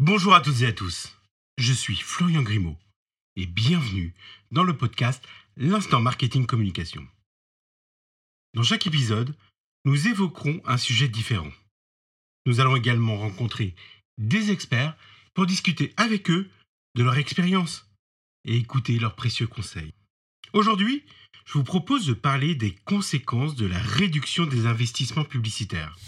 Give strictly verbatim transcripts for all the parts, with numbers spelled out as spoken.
Bonjour à toutes et à tous, je suis Florian Grimaud et bienvenue dans le podcast L'Instant Marketing Communication. Dans chaque épisode, nous évoquerons un sujet différent. Nous allons également rencontrer des experts pour discuter avec eux de leur expérience et écouter leurs précieux conseils. Aujourd'hui, je vous propose de parler des conséquences de la réduction des investissements publicitaires.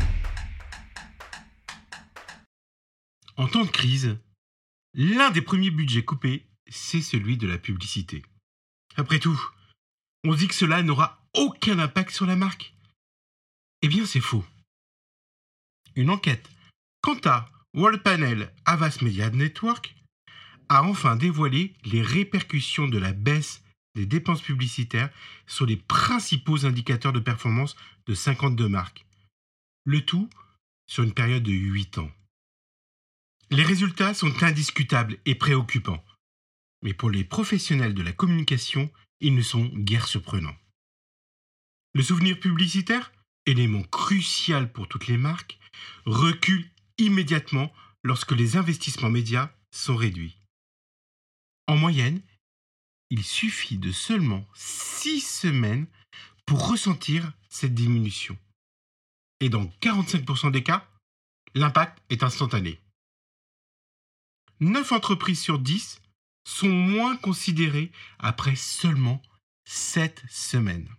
En temps de crise, l'un des premiers budgets coupés, c'est celui de la publicité. Après tout, on dit que cela n'aura aucun impact sur la marque. Eh bien, c'est faux. Une enquête Kantar Worldpanel Havas Media Network a enfin dévoilé les répercussions de la baisse des dépenses publicitaires sur les principaux indicateurs de performance de cinquante-deux marques. Le tout sur une période de huit ans. Les résultats sont indiscutables et préoccupants. Mais pour les professionnels de la communication, ils ne sont guère surprenants. Le souvenir publicitaire, élément crucial pour toutes les marques, recule immédiatement lorsque les investissements médias sont réduits. En moyenne, il suffit de seulement six semaines pour ressentir cette diminution. Et dans quarante-cinq pour cent des cas, l'impact est instantané. neuf entreprises sur dix sont moins considérées après seulement sept semaines.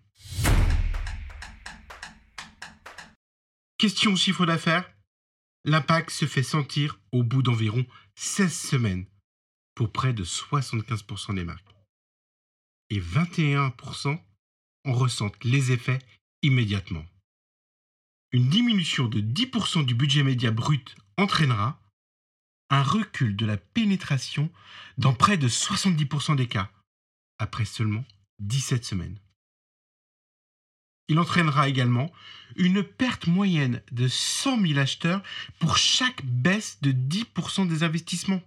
Question chiffre d'affaires, l'impact se fait sentir au bout d'environ seize semaines pour près de soixante-quinze pour cent des marques. Et vingt et un pour cent en ressentent les effets immédiatement. Une diminution de dix pour cent du budget média brut entraînera un recul de la pénétration dans près de soixante-dix pour cent des cas, après seulement dix-sept semaines. Il entraînera également une perte moyenne de cent mille acheteurs pour chaque baisse de dix pour cent des investissements.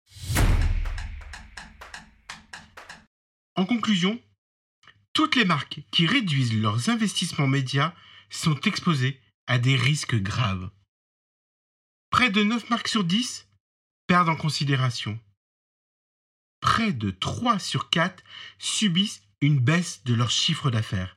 En conclusion, toutes les marques qui réduisent leurs investissements médias sont exposées à des risques graves. Près de neuf marques sur dix perdent en considération. Près de trois sur quatre subissent une baisse de leur chiffre d'affaires.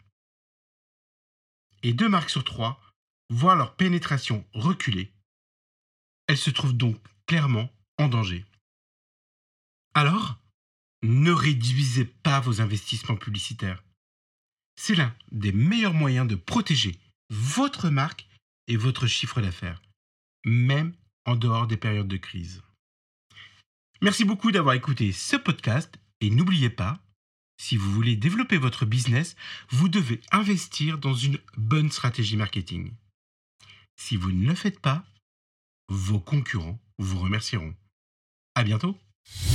Et deux marques sur trois voient leur pénétration reculer. Elles se trouvent donc clairement en danger. Alors, ne réduisez pas vos investissements publicitaires. C'est l'un des meilleurs moyens de protéger votre marque et votre chiffre d'affaires, même en dehors des périodes de crise. Merci beaucoup d'avoir écouté ce podcast et n'oubliez pas, si vous voulez développer votre business, vous devez investir dans une bonne stratégie marketing. Si vous ne le faites pas, vos concurrents vous remercieront. À bientôt.